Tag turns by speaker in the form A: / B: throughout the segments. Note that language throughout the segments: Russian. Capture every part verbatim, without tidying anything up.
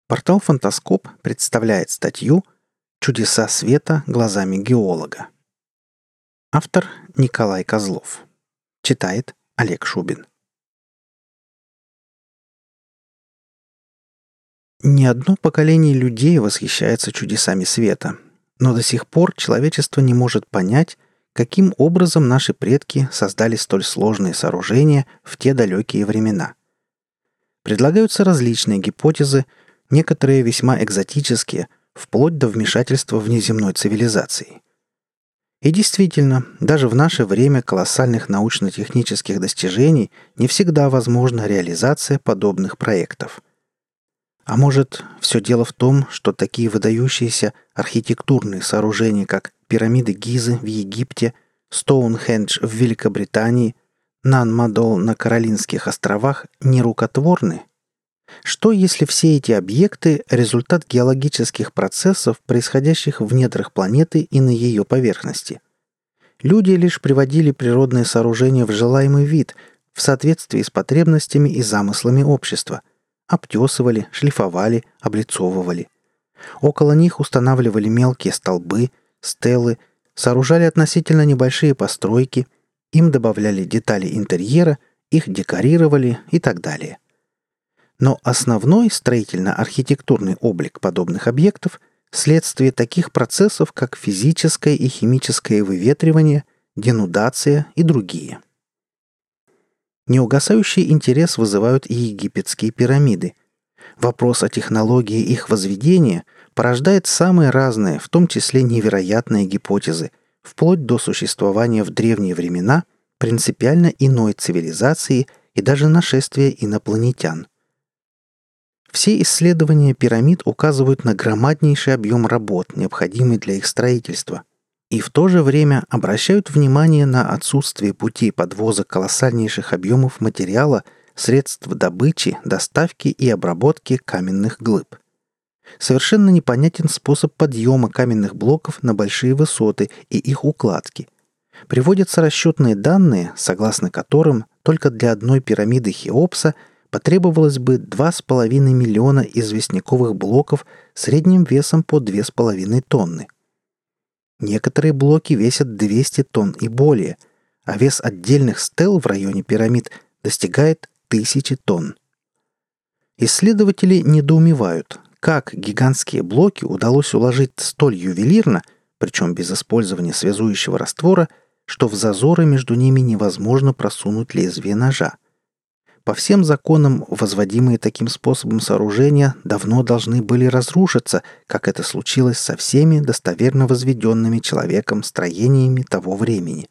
A: Портал «Фантаскоп» представляет статью «Чудеса света глазами геолога». Автор Николай Козлов. Читает Олег Шубин. Не одно поколение людей восхищается чудесами света, но до сих пор человечество не может понять, каким образом наши предки создали столь сложные сооружения в те далекие времена. Предлагаются различные гипотезы, некоторые весьма экзотические, вплоть до вмешательства внеземной цивилизации. И действительно, даже в наше время колоссальных научно-технических достижений не всегда возможна реализация подобных проектов. А может, все дело в том, что такие выдающиеся архитектурные сооружения, как пирамиды Гизы в Египте, Стоунхендж в Великобритании, Нан-Мадол на Каролинских островах, не рукотворны? Что, если все эти объекты – результат геологических процессов, происходящих в недрах планеты и на ее поверхности? Люди лишь приводили природные сооружения в желаемый вид, в соответствии с потребностями и замыслами общества. Обтесывали, шлифовали, облицовывали. Около них устанавливали мелкие столбы, стелы, сооружали относительно небольшие постройки, им добавляли детали интерьера, их декорировали и так далее. Но основной строительно-архитектурный облик подобных объектов – следствие таких процессов, как физическое и химическое выветривание, денудация и другие. Неугасающий интерес вызывают и египетские пирамиды. Вопрос о технологии их возведения порождает самые разные, в том числе невероятные гипотезы, вплоть до существования в древние времена принципиально иной цивилизации и даже нашествия инопланетян. Все исследования пирамид указывают на громаднейший объем работ, необходимый для их строительства, и в то же время обращают внимание на отсутствие путей подвоза колоссальнейших объемов материала, средств добычи, доставки и обработки каменных глыб. Совершенно непонятен способ подъема каменных блоков на большие высоты и их укладки. Приводятся расчетные данные, согласно которым только для одной пирамиды Хеопса потребовалось бы два с половиной миллиона известняковых блоков средним весом по две с половиной тонны. Некоторые блоки весят двести тонн и более, а вес отдельных стел в районе пирамид достигает тысячи тонн. Исследователи недоумевают, как гигантские блоки удалось уложить столь ювелирно, причем без использования связующего раствора, что в зазоры между ними невозможно просунуть лезвие ножа. По всем законам, возводимые таким способом сооружения давно должны были разрушиться, как это случилось со всеми достоверно возведенными человеком строениями того времени.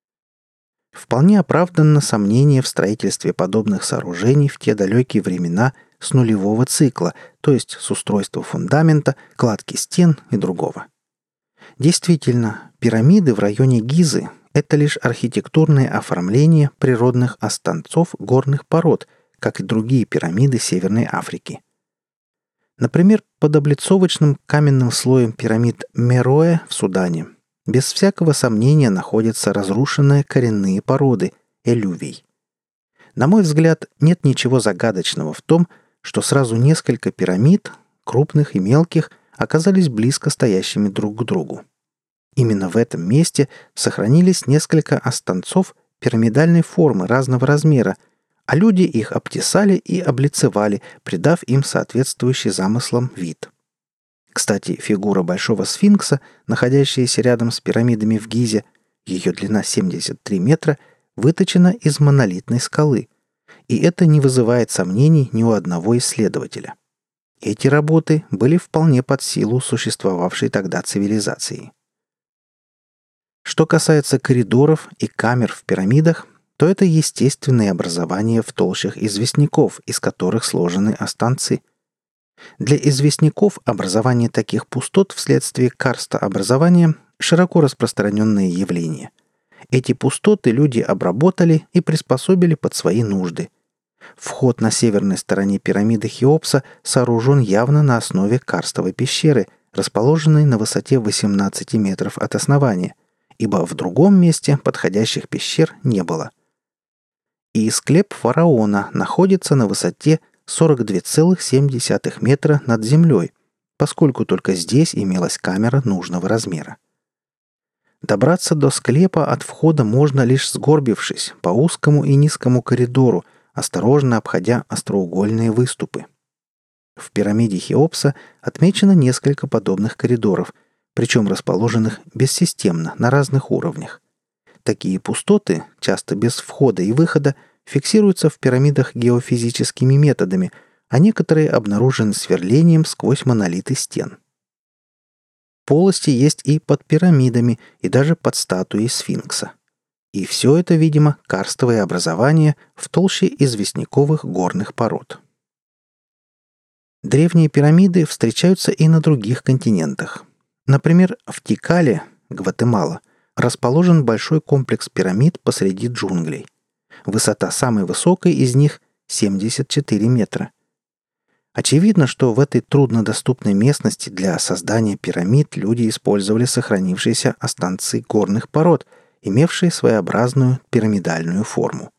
A: Вполне оправданно сомнение в строительстве подобных сооружений в те далекие времена с нулевого цикла, то есть с устройства фундамента, кладки стен и другого. Действительно, пирамиды в районе Гизы – это лишь архитектурное оформление природных останцов горных пород, как и другие пирамиды Северной Африки. Например, под облицовочным каменным слоем пирамид Мероэ в Судане без всякого сомнения находятся разрушенные коренные породы – элювий. На мой взгляд, нет ничего загадочного в том, что сразу несколько пирамид, крупных и мелких, оказались близко стоящими друг к другу. Именно в этом месте сохранились несколько останцов пирамидальной формы разного размера, а люди их обтесали и облицевали, придав им соответствующий замыслам вид. Кстати, фигура Большого сфинкса, находящаяся рядом с пирамидами в Гизе, ее длина семьдесят три метра, выточена из монолитной скалы, и это не вызывает сомнений ни у одного исследователя. Эти работы были вполне под силу существовавшей тогда цивилизации. Что касается коридоров и камер в пирамидах, то это естественные образования в толщах известняков, из которых сложены останцы. Для известняков образование таких пустот вследствие карстообразования – широко распространенное явление. Эти пустоты люди обработали и приспособили под свои нужды. Вход на северной стороне пирамиды Хеопса сооружен явно на основе карстовой пещеры, расположенной на высоте восемнадцати метров от основания, ибо в другом месте подходящих пещер не было. И склеп фараона находится на высоте сорок два целых семь десятых метра над землей, поскольку только здесь имелась камера нужного размера. Добраться до склепа от входа можно лишь сгорбившись по узкому и низкому коридору, осторожно обходя остроугольные выступы. В пирамиде Хеопса отмечено несколько подобных коридоров, причем расположенных бессистемно на разных уровнях. Такие пустоты, часто без входа и выхода, фиксируются в пирамидах геофизическими методами, а некоторые обнаружены сверлением сквозь монолиты стен. Полости есть и под пирамидами, и даже под статуей сфинкса. И все это, видимо, карстовые образования в толще известняковых горных пород. Древние пирамиды встречаются и на других континентах. Например, в Тикале, Гватемала, расположен большой комплекс пирамид посреди джунглей. Высота самой высокой из них – семьдесят четыре метра. Очевидно, что в этой труднодоступной местности для создания пирамид люди использовали сохранившиеся останцы горных пород, имевшие своеобразную пирамидальную форму.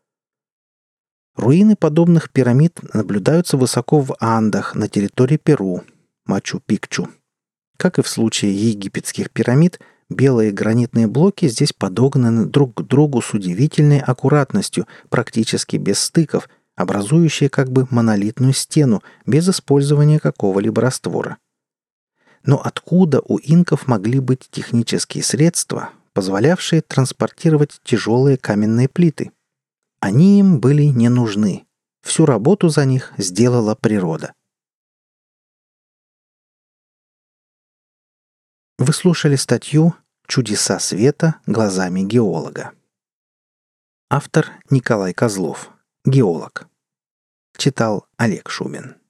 A: Руины подобных пирамид наблюдаются высоко в Андах на территории Перу, Мачу-Пикчу. Как и в случае египетских пирамид, белые гранитные блоки здесь подогнаны друг к другу с удивительной аккуратностью, практически без стыков, образующие как бы монолитную стену без использования какого-либо раствора. Но откуда у инков могли быть технические средства, позволявшие транспортировать тяжелые каменные плиты? Они им были не нужны. Всю работу за них сделала природа. Вы слушали статью «Чудеса света глазами геолога». Автор Николай Козлов, геолог. Читал Олег Шубин.